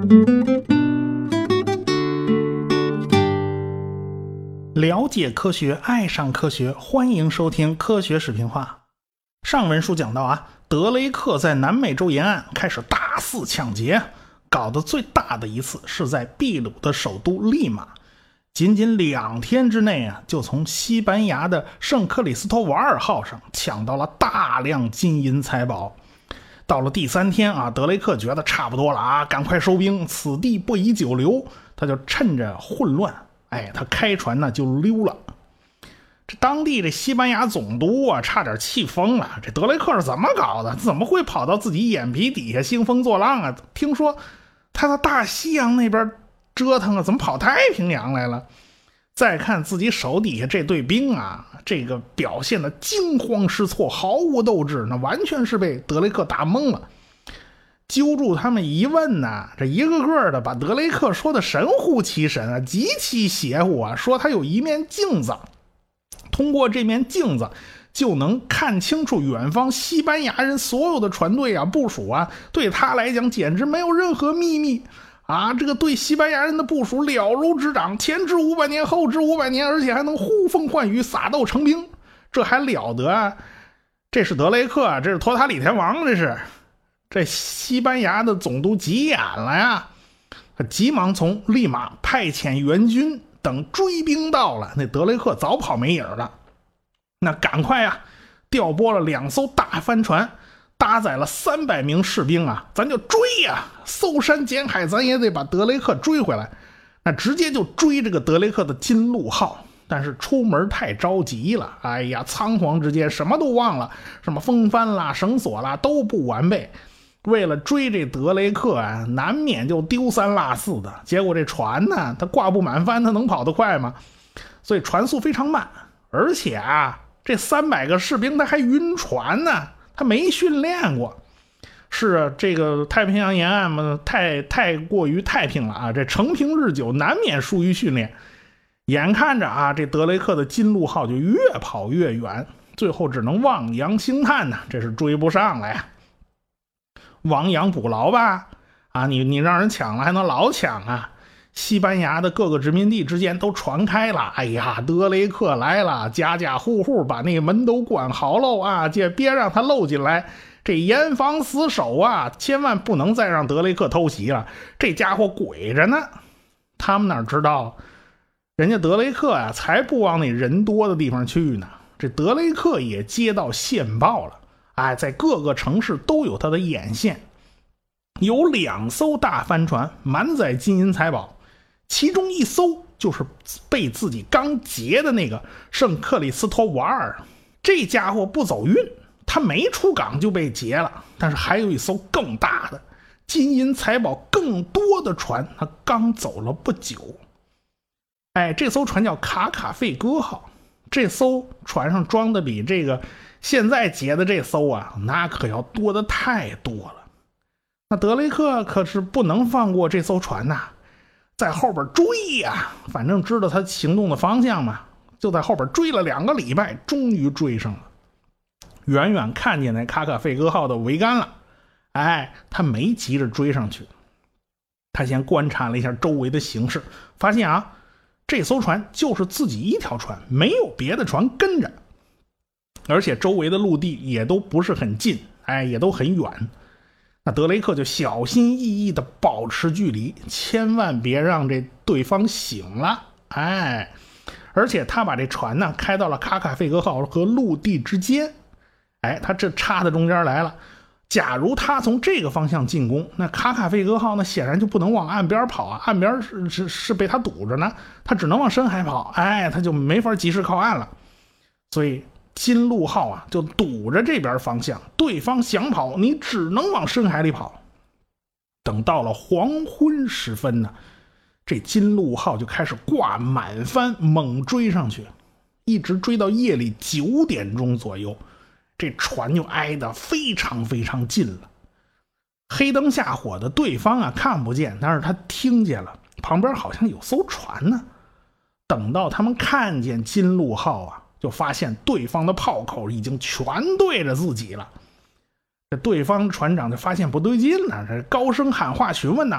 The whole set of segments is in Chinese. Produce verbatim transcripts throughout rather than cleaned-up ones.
了解科学，爱上科学，欢迎收听科学视频化。上文书讲到啊，德雷克在南美洲沿岸开始大肆抢劫，搞得最大的一次是在秘鲁的首都利马，仅仅两天之内啊，就从西班牙的圣克里斯托瓦尔号上抢到了大量金银财宝。到了第三天啊，德雷克觉得差不多了啊，赶快收兵，此地不宜久留，他就趁着混乱，哎，他开船呢就溜了。这当地这西班牙总督啊，差点气疯了。这德雷克是怎么搞的？怎么会跑到自己眼皮底下兴风作浪啊？听说他在大西洋那边折腾啊，怎么跑太平洋来了？再看自己手底下这队兵啊，这个表现的惊慌失措，毫无斗志，那完全是被德雷克打懵了。揪住他们一问呢，这一个个的把德雷克说的神乎其神啊，极其邪乎啊，说他有一面镜子，通过这面镜子就能看清楚远方西班牙人所有的船队啊部署啊，对他来讲简直没有任何秘密啊！这个对西班牙人的部署了如指掌，前知五百年，后知五百年，而且还能呼风唤雨，撒豆成兵，这还了得啊！这是德雷克啊，这是托塔李天王，这是这西班牙的总督急眼了呀！他急忙从利马派遣援军，等追兵到了，那德雷克早跑没影了。那赶快啊，调拨了两艘大帆船，搭载了三百名士兵啊，咱就追呀、啊，搜山捡海，咱也得把德雷克追回来。那直接就追这个德雷克的金鹿号，但是出门太着急了，哎呀，仓皇之间什么都忘了，什么风帆啦、绳索啦都不完备。为了追这德雷克啊，难免就丢三落四的。结果这船呢，它挂不满帆，它能跑得快吗？所以船速非常慢，而且啊，这三百个士兵他还晕船呢，他没训练过。是啊，这个太平洋沿岸嘛，太太过于太平了啊，这承平日久，难免疏于训练。眼看着啊，这德雷克的金鹿号就越跑越远，最后只能望洋兴叹呢，这是追不上了呀。亡羊补牢吧，啊，你你让人抢了还能老抢啊？西班牙的各个殖民地之间都传开了，哎呀，德雷克来了，家家户户把那个门都关好喽啊，这别让他漏进来，这严防死守啊，千万不能再让德雷克偷袭了，这家伙鬼着呢。他们哪知道，人家德雷克啊，才不往那人多的地方去呢。这德雷克也接到线报了。哎，在各个城市都有他的眼线，有两艘大帆船满载金银财宝，其中一艘就是被自己刚劫的那个圣克里斯托瓦尔。这家伙不走运，他没出港就被劫了。但是还有一艘更大的金银财宝更多的船，他刚走了不久。哎，这艘船叫卡卡费哥号，这艘船上装的比这个现在劫的这艘啊，那可要多的太多了。那德雷克可是不能放过这艘船呐、啊，在后边追呀、啊，反正知道他行动的方向嘛，就在后边追了两个礼拜，终于追上了。远远看见那卡卡费哥号的桅杆了，哎，他没急着追上去，他先观察了一下周围的形势，发现啊，这艘船就是自己一条船，没有别的船跟着。而且周围的陆地也都不是很近，哎，也都很远。那德雷克就小心翼翼地保持距离，千万别让这对方醒了，哎。而且他把这船呢开到了卡卡费哥号和陆地之间，哎，他这插在中间来了。假如他从这个方向进攻，那卡卡费哥号呢显然就不能往岸边跑啊，岸边是是是被他堵着呢，他只能往深海跑，哎，他就没法及时靠岸了。所以金鹿号啊，就堵着这边方向，对方想跑，你只能往深海里跑。等到了黄昏时分呢，这金鹿号就开始挂满帆猛追上去，一直追到夜里九点钟左右，这船就挨得非常非常近了。黑灯瞎火的，对方啊看不见，但是他听见了，旁边好像有艘船呢。等到他们看见金鹿号啊，就发现对方的炮口已经全对着自己了。这对方船长就发现不对劲了，这高声喊话询问呐、啊：“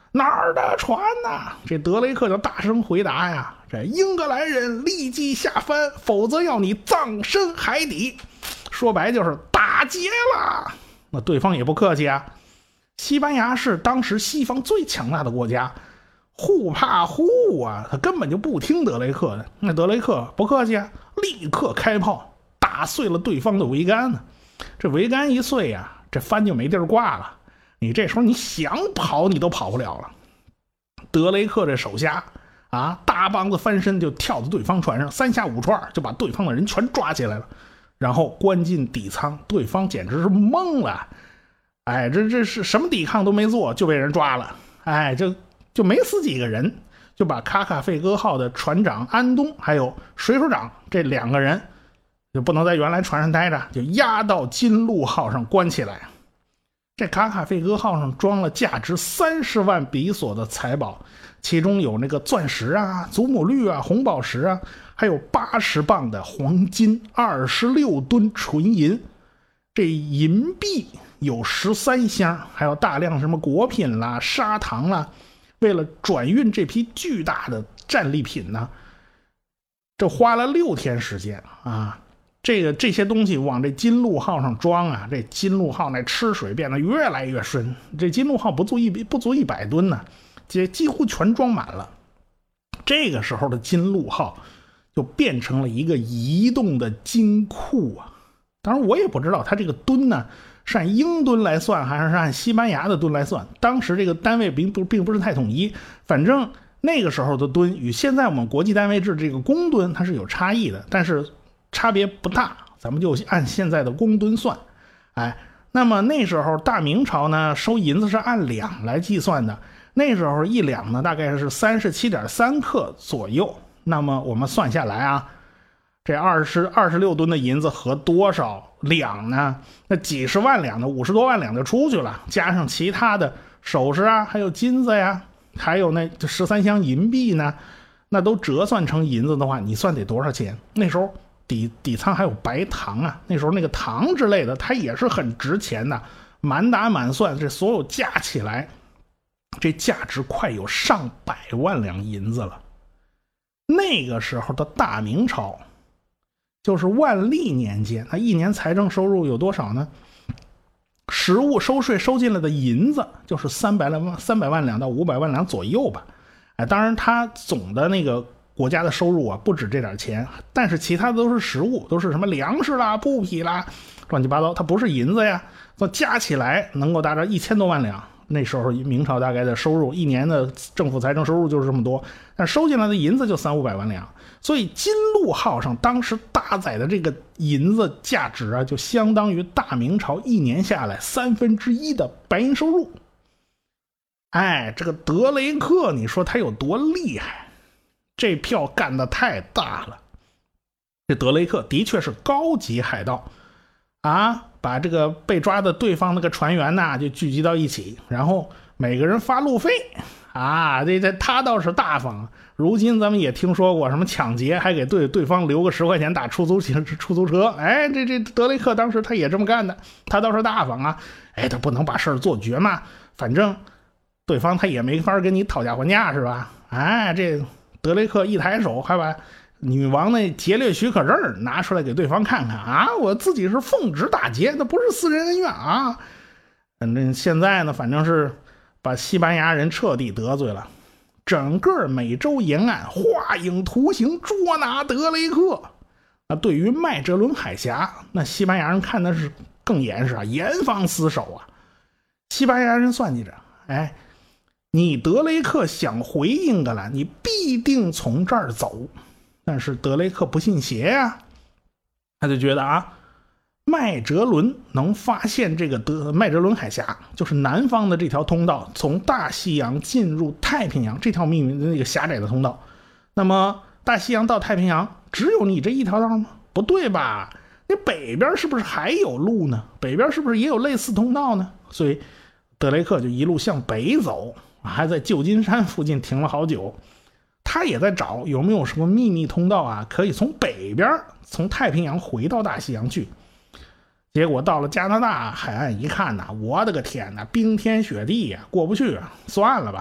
哪儿的船呐？这德雷克就大声回答呀：这英格兰人立即下帆，否则要你葬身海底。说白就是打劫了。那对方也不客气啊，西班牙是当时西方最强大的国家，互怕互啊，他根本就不听德雷克的。那德雷克不客气啊，立刻开炮打碎了对方的桅杆呢。这桅杆一碎啊，这帆就没地儿挂了。你这时候你想跑你都跑不了了。德雷克这手下啊，大帮子翻身就跳到对方船上，三下五除二就把对方的人全抓起来了，然后关进底舱。对方简直是懵了，哎，这这是什么抵抗都没做就被人抓了，哎，就就没死几个人，就把卡卡费戈号的船长安东还有水手长这两个人就不能在原来船上待着，就押到金鹿号上关起来。这卡卡费戈号上装了价值三十万比索的财宝，其中有那个钻石啊、祖母绿啊、红宝石啊，还有八十磅的黄金、二十六吨纯银。这银币有十三箱，还有大量什么果品啦、砂糖啦。为了转运这批巨大的战利品呢，这花了六天时间啊。这个这些东西往这金鹿号上装啊，这金鹿号那吃水变得越来越深，这金鹿号不足一不足一百吨呢，这几乎全装满了。这个时候的金鹿号就变成了一个移动的金库啊。当然我也不知道它这个吨呢是按英吨来算还是按西班牙的吨来算，当时这个单位并不并不是太统一，反正那个时候的吨与现在我们国际单位制这个公吨它是有差异的，但是差别不大，咱们就按现在的公吨算。哎，那么那时候大明朝呢收银子是按两来计算的，那时候一两呢大概是 三十七点三 克左右。那么我们算下来啊，这二十二十六吨的银子合多少两呢？那几十万两的五十多万两就出去了，加上其他的首饰啊，还有金子呀，还有那十三箱银币呢，那都折算成银子的话，你算得多少钱？那时候底底仓还有白糖啊，那时候那个糖之类的它也是很值钱的，满打满算这所有加起来，这价值快有上百万两银子了。那个时候的大明朝就是万历年间，他一年财政收入有多少呢？实物收税收进来的银子就是三百万三百万两到五百万两左右吧。哎，当然他总的那个国家的收入啊不止这点钱，但是其他的都是实物，都是什么粮食啦、布匹啦，乱七八糟，它不是银子呀。那加起来能够达到一千多万两。那时候明朝大概的收入一年的政府财政收入就是这么多，但收进来的银子就三五百万两，所以金鹿号上当时搭载的这个银子价值啊，就相当于大明朝一年下来三分之一的白银收入。哎，这个德雷克你说他有多厉害，这票干得太大了。这德雷克的确是高级海盗啊，把这个被抓的对方那个船员呐就聚集到一起，然后每个人发路费啊，这这他倒是大方。如今咱们也听说过什么抢劫还给对对方留个十块钱打出租出租车，哎，这这德雷克当时他也这么干的，他倒是大方啊。哎，他不能把事儿做绝嘛，反正对方他也没法跟你讨价还价是吧？哎，这德雷克一抬手还把女王那劫掠许可证拿出来给对方看看啊，我自己是奉旨打劫，那不是私人恩怨啊。反正现在呢，反正是把西班牙人彻底得罪了，整个美洲沿岸画影图形捉拿德雷克。那对于麦哲伦海峡，那西班牙人看的是更严实啊，严防死守啊。西班牙人算计着，哎，你德雷克想回英格兰，你必定从这儿走。但是德雷克不信邪呀、啊，他就觉得啊，麦哲伦能发现这个德麦哲伦海峡，就是南方的这条通道，从大西洋进入太平洋这条命运的那个狭窄的通道。那么大西洋到太平洋只有你这一条道吗？不对吧？你北边是不是还有路呢？北边是不是也有类似通道呢？所以德雷克就一路向北走，还在旧金山附近停了好久。他也在找有没有什么秘密通道啊，可以从北边从太平洋回到大西洋去。结果到了加拿大海岸一看呐，我的个天呐，冰天雪地呀、啊，过不去啊，算了吧。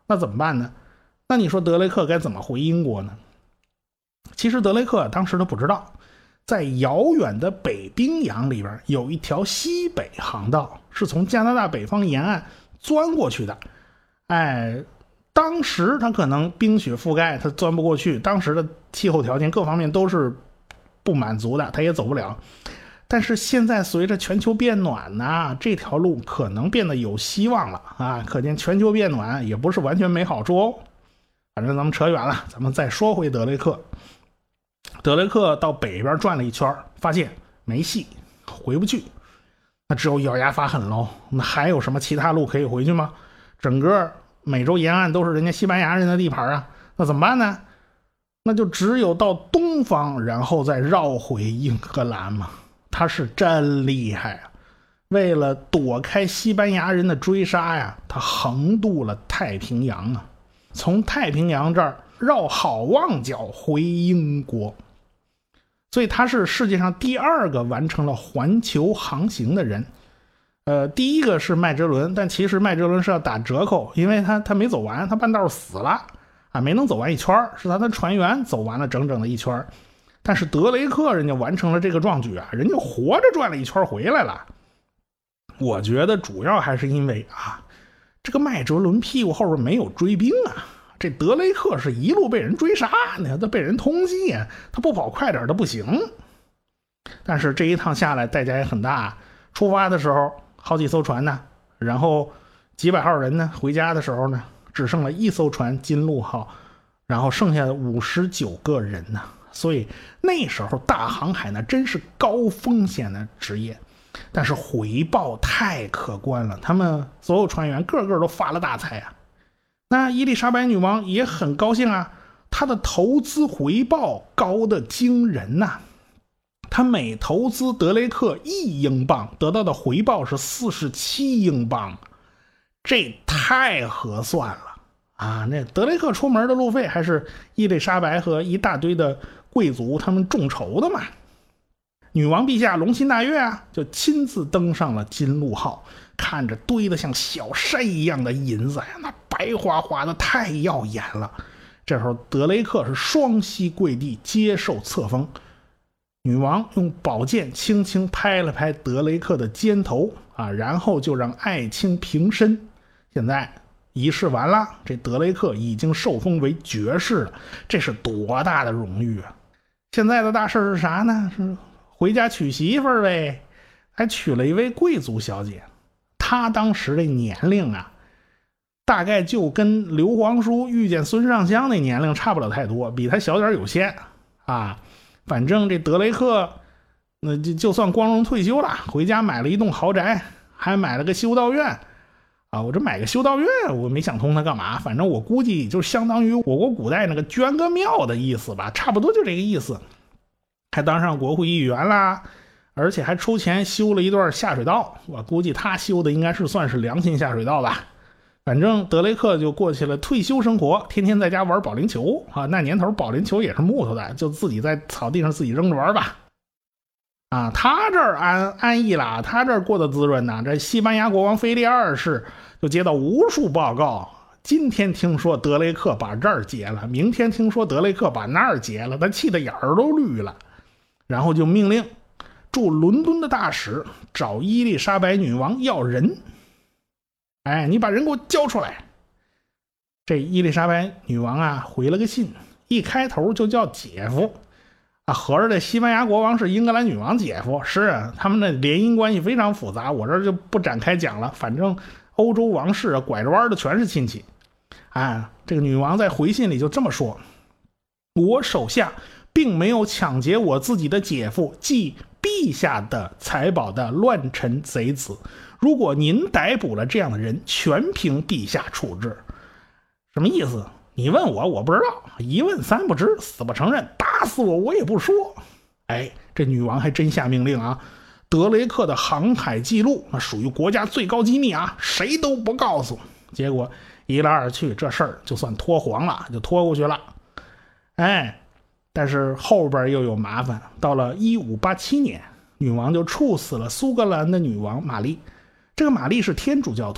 那怎么办呢？那你说德雷克该怎么回英国呢？其实德雷克当时都不知道，在遥远的北冰洋里边有一条西北航道，是从加拿大北方沿岸钻过去的。哎，当时他可能冰雪覆盖，他钻不过去，当时的气候条件各方面都是不满足的，他也走不了。但是现在随着全球变暖呢，这条路可能变得有希望了啊！可见全球变暖也不是完全没好处哦。反正咱们扯远了，咱们再说回德雷克。德雷克到北边转了一圈，发现没戏，回不去，那只有咬牙发狠喽。那还有什么其他路可以回去吗？整个美洲沿岸都是人家西班牙人的地盘啊，那怎么办呢？那就只有到东方，然后再绕回英格兰嘛。他是真厉害啊！为了躲开西班牙人的追杀呀，他横渡了太平洋啊，从太平洋这儿绕好望角回英国。所以他是世界上第二个完成了环球航行的人。呃，第一个是麦哲伦，但其实麦哲伦是要打折扣，因为他他没走完，他半道死了啊，没能走完一圈，是他的船员走完了整整的一圈。但是德雷克人家完成了这个壮举啊，人家活着转了一圈回来了。我觉得主要还是因为啊，这个麦哲伦屁股后边没有追兵啊，这德雷克是一路被人追杀，呢，他被人通缉，他不跑快点都不行。但是这一趟下来代价也很大，出发的时候好几艘船呢，然后几百号人呢，回家的时候呢只剩了一艘船金鹿号，然后剩下的五十九个人呢。所以那时候大航海呢真是高风险的职业，但是回报太可观了，他们所有船员个个都发了大财啊。那伊丽莎白女王也很高兴啊，她的投资回报高的惊人呐、啊。她每投资德雷克一英镑得到的回报是四十七英镑，这太合算了啊！那德雷克出门的路费还是伊丽莎白和一大堆的贵族他们众筹的嘛。女王陛下龙心大悦啊，就亲自登上了金鹿号，看着堆得像小山一样的银子呀，那白花花的太耀眼了。这时候德雷克是双膝跪地接受册封，女王用宝剑轻轻拍了拍德雷克的肩头啊，然后就让爱卿平身。现在仪式完了，这德雷克已经受封为爵士了，这是多大的荣誉啊！现在的大事是啥呢？是回家娶媳妇儿呗，还娶了一位贵族小姐。她当时的年龄啊，大概就跟刘皇叔遇见孙尚香那年龄差不了太多，比他小点有限啊。反正这德雷克，那就就算光荣退休了，回家买了一栋豪宅，还买了个修道院。啊，我这买个修道院，我没想通他干嘛。反正我估计就相当于我国古代那个捐个庙的意思吧，差不多就这个意思。还当上国会议员啦，而且还出钱修了一段下水道。我估计他修的应该是算是良心下水道吧。反正德雷克就过去了退休生活，天天在家玩保龄球啊。那年头保龄球也是木头的，就自己在草地上自己扔着玩吧。啊，他这儿安安逸了，他这儿过得滋润呢。这西班牙国王腓力二世就接到无数报告，今天听说德雷克把这儿劫了，明天听说德雷克把那儿劫了，他气得眼儿都绿了。然后就命令驻伦敦的大使找伊丽莎白女王要人。哎，你把人给我交出来。这伊丽莎白女王啊回了个信，一开头就叫姐夫啊，合着这西班牙国王是英格兰女王姐夫。是啊，他们的联姻关系非常复杂，我这就不展开讲了。反正欧洲王室啊，拐着弯的全是亲戚。啊，这个女王在回信里就这么说：我手下并没有抢劫我自己的姐夫即陛下的财宝的乱臣贼子，如果您逮捕了这样的人，全凭陛下处置。什么意思？你问我，我不知道，一问三不知，死不承认，打死我我也不说。哎，这女王还真下命令啊，德雷克的航海记录那属于国家最高机密啊，谁都不告诉。结果一来二去，这事儿就算拖黄了，就拖过去了。哎，但是后边又有麻烦。到了一五八七年，女王就处死了苏格兰的女王玛丽。这个玛丽是天主教徒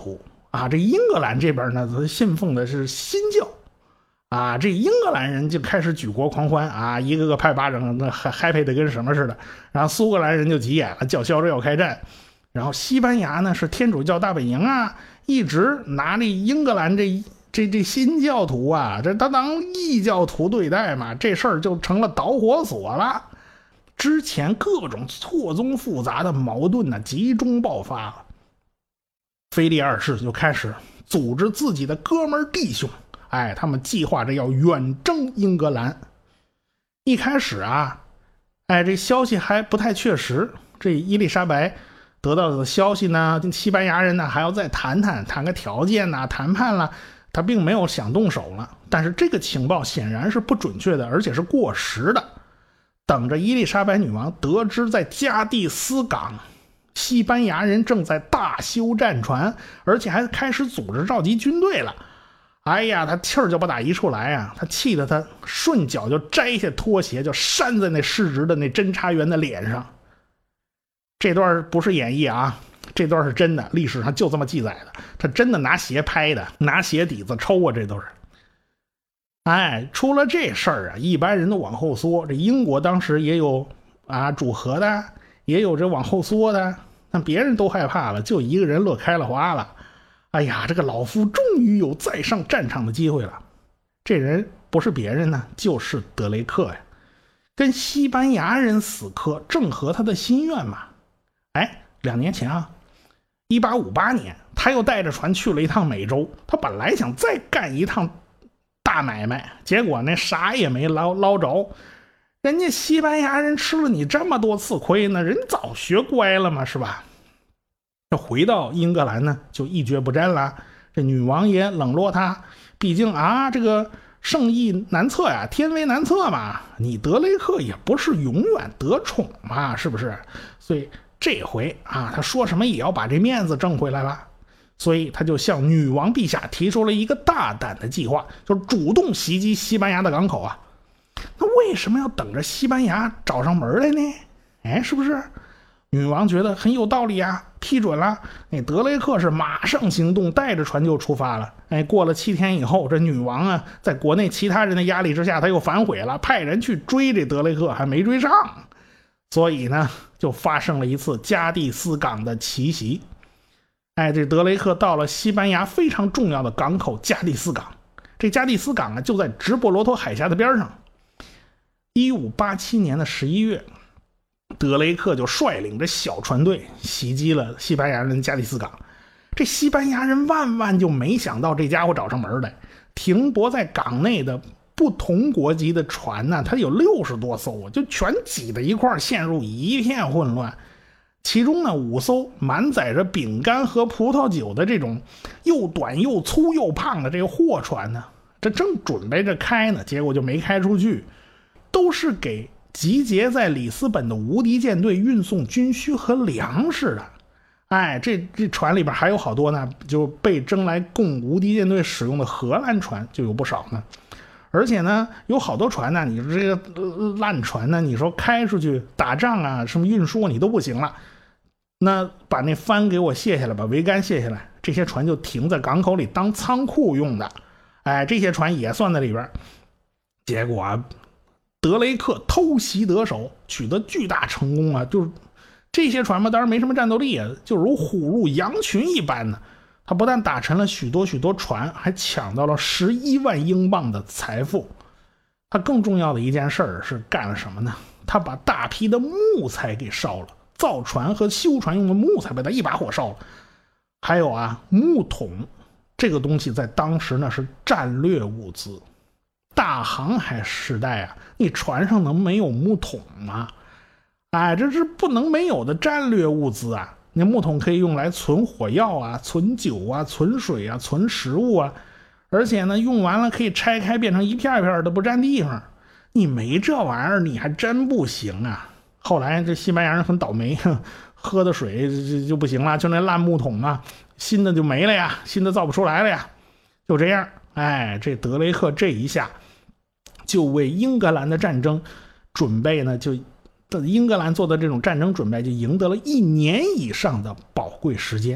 啊，这英格兰这边呢，信奉的是新教啊，这英格兰人就开始举国狂欢啊，一个个拍巴掌，那 happy 的跟什么似的。然后苏格兰人就急眼了，叫嚣着要开战。然后西班牙呢是天主教大本营啊，一直拿这英格兰这这这新教徒啊，这他当异教徒对待嘛，这事儿就成了导火索了。之前各种错综复杂的矛盾呢集中爆发了。腓力二世就开始组织自己的哥们弟兄，哎，他们计划着要远征英格兰。一开始啊，哎，这消息还不太确实。这伊丽莎白得到的消息呢，西班牙人呢还要再谈谈，谈个条件呐，谈判了，他并没有想动手了。但是这个情报显然是不准确的，而且是过时的。等着伊丽莎白女王得知在加的斯港西班牙人正在大修战船，而且还开始组织召集军队了。哎呀，他气儿就不打一处来啊！他气得他顺脚就摘下拖鞋，就扇在那失职的那侦察员的脸上。这段不是演绎啊，这段是真的，历史上就这么记载的。他真的拿鞋拍的，拿鞋底子抽啊，这都是。哎，出了这事儿啊，一般人都往后缩。这英国当时也有啊主和的，也有这往后缩的，但别人都害怕了，就一个人乐开了花了。哎呀，这个老夫终于有再上战场的机会了。这人不是别人呢，就是德雷克呀，跟西班牙人死磕，正合他的心愿嘛。哎，两年前啊，一八五八年，他又带着船去了一趟美洲。他本来想再干一趟大买卖，结果那啥也没捞捞着。人家西班牙人吃了你这么多次亏呢，人早学乖了嘛，是吧？这回到英格兰呢，就一蹶不振了。这女王也冷落他，毕竟啊，这个圣意难测呀，天威难测嘛。你德雷克也不是永远得宠嘛，是不是？所以这回啊，他说什么也要把这面子挣回来吧。所以他就向女王陛下提出了一个大胆的计划，就是主动袭击西班牙的港口啊。那为什么要等着西班牙找上门来呢？哎，是不是？女王觉得很有道理啊，批准了。那德雷克是马上行动，带着船就出发了。哎，过了七天以后，这女王啊，在国内其他人的压力之下，他又反悔了，派人去追这德雷克，还没追上。所以呢，就发生了一次加的斯港的奇袭。哎，这德雷克到了西班牙非常重要的港口加的斯港。这加的斯港啊，就在直布罗陀海峡的边上。一五八七年的十一月。德雷克就率领着小船队袭击了西班牙人的加的斯港。这西班牙人万万就没想到这家伙找上门来。停泊在港内的不同国籍的船呢，它有六十多艘，就全挤在一块，陷入一片混乱。其中呢，五艘满载着饼干和葡萄酒的这种又短又粗又胖的这个货船呢，这正准备着开呢，结果就没开出去，都是给集结在里斯本的无敌舰队运送军需和粮食的。哎，这这船里边还有好多呢，就被征来供无敌舰队使用的荷兰船就有不少呢。而且呢，有好多船呢，你说这个烂船呢，你说开出去打仗啊，什么运输你都不行了。那把那帆给我卸下来，把桅杆卸下来，这些船就停在港口里当仓库用的。哎，这些船也算在里边。结果啊，德雷克偷袭得手，取得巨大成功啊！就是这些船嘛，当然没什么战斗力啊，就如虎入羊群一般呢。他不但打沉了许多许多船，还抢到了十一万英镑的财富。他更重要的一件事是干了什么呢？他把大批的木材给烧了，造船和修船用的木材被他一把火烧了。还有啊，木桶这个东西在当时呢是战略物资。大航海时代啊，你船上能没有木桶吗？哎，这是不能没有的战略物资啊！那木桶可以用来存火药啊、存酒啊、存水啊、存食物啊，而且呢，用完了可以拆开变成一片一片的，不占地方。你没这玩意儿，你还真不行啊！后来这西班牙人很倒霉，喝的水就不行了，就那烂木桶啊，新的就没了呀，新的造不出来了呀，就这样。哎，这德雷克这一下就为英格兰的战争准备呢，就英格兰做的这种战争准备就赢得了一年以上的宝贵时间。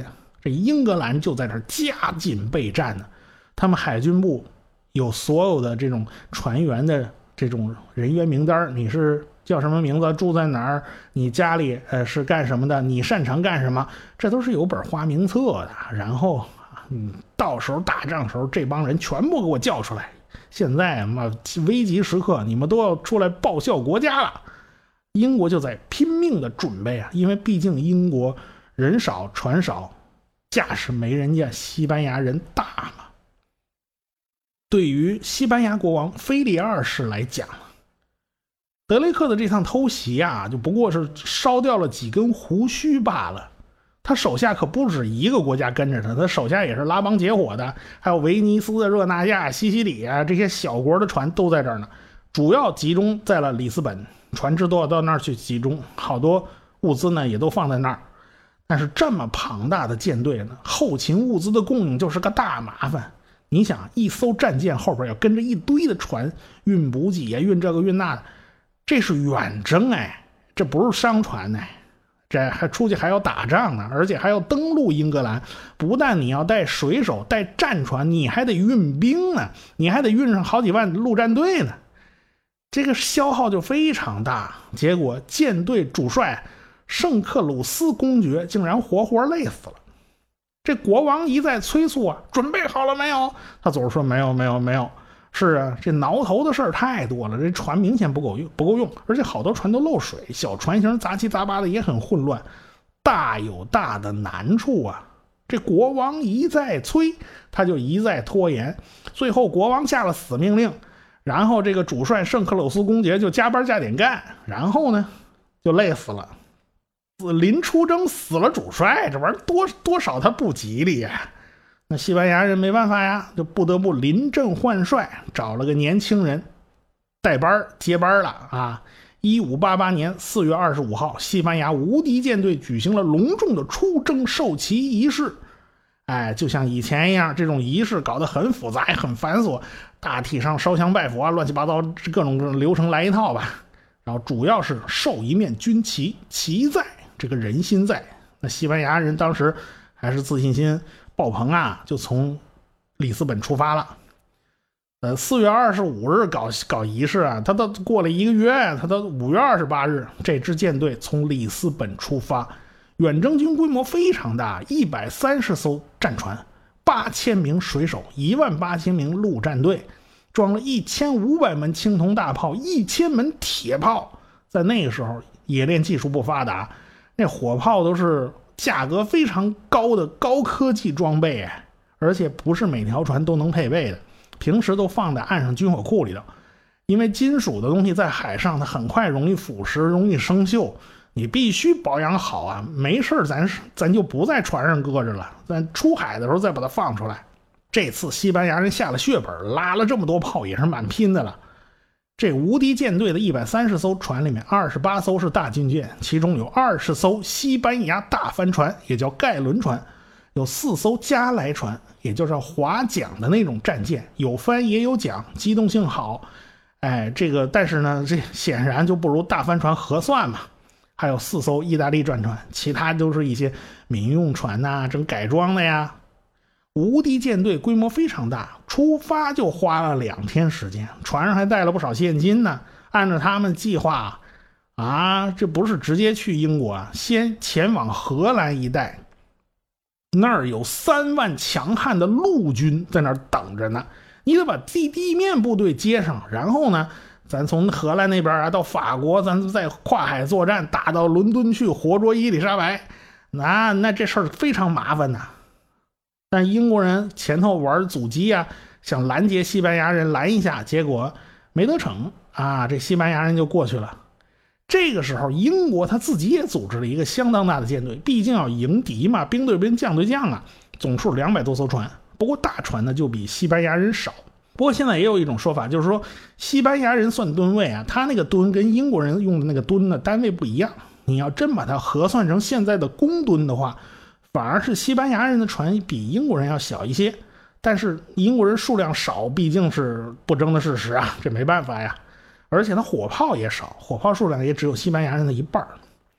这英格兰就在这加紧备战呢。他们海军部有所有的这种船员的这种人员名单，你是叫什么名字，住在哪儿，你家里呃是干什么的，你擅长干什么，这都是有本花名册的。然后嗯，到时候打仗时候这帮人全部给我叫出来，现在嘛危急时刻你们都要出来报效国家了。英国就在拼命的准备啊，因为毕竟英国人少船少，架势没人家西班牙人大嘛。对于西班牙国王腓力二世来讲，德雷克的这趟偷袭啊，就不过是烧掉了几根胡须罢了。他手下可不止一个国家跟着他，他手下也是拉帮结伙的，还有威尼斯、热那亚、西西里啊这些小国的船都在这儿呢，主要集中在了里斯本，船只都要到那儿去集中，好多物资呢也都放在那儿。但是这么庞大的舰队呢，后勤物资的供应就是个大麻烦。你想，一艘战舰后边要跟着一堆的船，运补给呀，运这个运那的，这是远征哎，这不是商船哎，这还出去还要打仗呢，而且还要登陆英格兰。不但你要带水手、带战船，你还得运兵呢，你还得运上好几万陆战队呢，这个消耗就非常大。结果舰队主帅圣克鲁斯公爵竟然活活累死了。这国王一再催促啊，准备好了没有？他总是说没有没有没有。是啊，这挠头的事儿太多了，这船明显不够用不够用，而且好多船都漏水，小船型杂七杂八的也很混乱，大有大的难处啊。这国王一再催，他就一再拖延，最后国王下了死命令，然后这个主帅圣克鲁斯公爵就加班加点干，然后呢就累死了。临出征死了主帅，这玩意儿多多少他不吉利呀。那西班牙人没办法呀，就不得不临阵换帅，找了个年轻人带班接班了啊。一五八八年四月二十五号，西班牙无敌舰队举行了隆重的出征授旗仪式。哎，就像以前一样，这种仪式搞得很复杂很繁琐，大体上烧香拜佛啊，乱七八糟各种流程来一套吧。然后主要是授一面军旗，旗在这个人心在。那西班牙人当时还是自信心爆棚啊，就从里斯本出发了。呃，四月二十五日搞搞仪式啊，他都过了一个月，他到五月二十八日，这支舰队从里斯本出发。远征军规模非常大，一百三十艘战船，八千名水手，一万八千名陆战队，装了一千五百门青铜大炮，一千门铁炮。在那个时候，冶炼技术不发达，那火炮都是价格非常高的高科技装备，而且不是每条船都能配备的，平时都放在岸上军火库里头。因为金属的东西在海上它很快容易腐蚀，容易生锈，你必须保养好啊。没事咱咱就不在船上搁着了，咱出海的时候再把它放出来。这次西班牙人下了血本，拉了这么多炮也是蛮拼的了。这无敌舰队的一百三十艘船里面，二十八艘是大军舰，其中有二十艘西班牙大帆船，也叫盖伦船，有四艘加莱船，也就是划桨的那种战舰，有帆也有桨，机动性好。哎，这个但是呢，这显然就不如大帆船合算嘛。还有四艘意大利战船，其他都是一些民用船呐、啊，正改装的呀。无敌舰队规模非常大，出发就花了两天时间，船上还带了不少现金呢。按照他们计划啊，这不是直接去英国啊，先前往荷兰一带，那儿有三万强悍的陆军在那儿等着呢。你得把地地面部队接上，然后呢，咱从荷兰那边啊到法国，咱再跨海作战，打到伦敦去，活捉伊丽莎白，那那这事儿非常麻烦呐。但英国人前头玩阻击啊，想拦截西班牙人，拦一下，结果没得逞啊，这西班牙人就过去了。这个时候，英国他自己也组织了一个相当大的舰队，毕竟要迎敌嘛，兵对兵，将对将啊，总数两百多艘船。不过大船呢就比西班牙人少。不过现在也有一种说法，就是说西班牙人算吨位啊，他那个吨跟英国人用的那个吨的单位不一样。你要真把它核算成现在的公吨的话，反而是西班牙人的船比英国人要小一些。但是英国人数量少，毕竟是不争的事实啊，这没办法呀。而且它火炮也少，火炮数量也只有西班牙人的一半。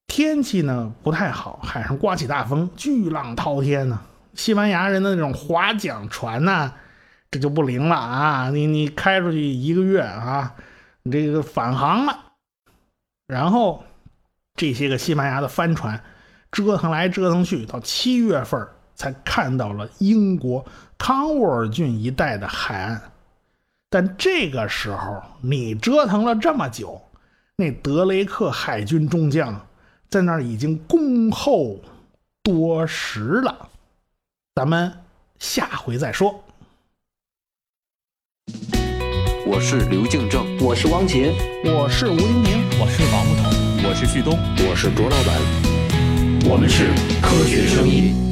天气呢不太好，海上刮起大风，巨浪滔天呢。西班牙人的那种划桨船呢，这就不灵了啊！你你开出去一个月啊，你这个返航了。然后这些个西班牙的帆船折腾来折腾去，到七月份才看到了英国康沃尔郡一带的海岸。但这个时候你折腾了这么久，那德雷克海军中将在那儿已经恭候多时了。咱们下回再说。 我是刘敬正， 我是汪杰， 我是吴京平， 我是王木头， 我是旭东， 我是卓老板， 我们是科学声音。